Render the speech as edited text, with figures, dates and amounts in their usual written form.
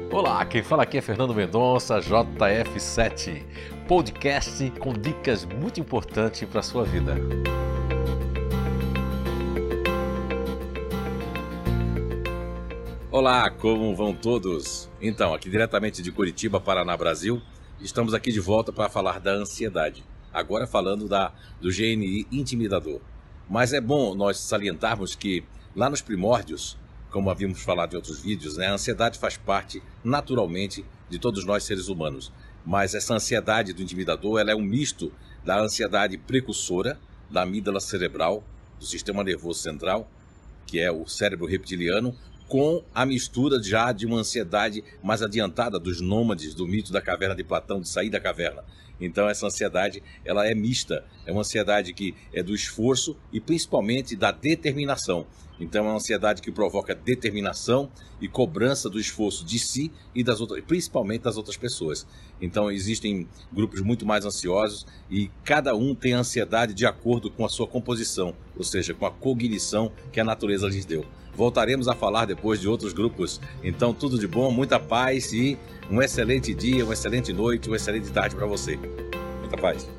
Olá, quem fala aqui é Fernando Mendonça, JF7, podcast com dicas muito importantes para a sua vida. Olá, como vão todos? Então, aqui diretamente de Curitiba, Paraná, Brasil, estamos aqui de volta para falar da ansiedade. Agora falando do GNI intimidador. Mas é bom nós salientarmos que lá nos primórdios, como havíamos falado em outros vídeos, a ansiedade faz parte naturalmente de todos nós seres humanos. Mas essa ansiedade do intimidador, ela é um misto da ansiedade precursora, da amígdala cerebral, do sistema nervoso central, que é o cérebro reptiliano, com a mistura já de uma ansiedade mais adiantada dos nômades, do mito da caverna de Platão, de sair da caverna. Então essa ansiedade, ela é mista, é uma ansiedade que é do esforço e principalmente da determinação. Então é uma ansiedade que provoca determinação e cobrança do esforço de si e das outras, principalmente das outras pessoas. Então existem grupos muito mais ansiosos e cada um tem ansiedade de acordo com a sua composição, ou seja, com a cognição que a natureza lhes deu. Voltaremos a falar depois de outros grupos. Então tudo de bom, muita paz e um excelente dia, uma excelente noite, uma excelente tarde para você. Muita paz.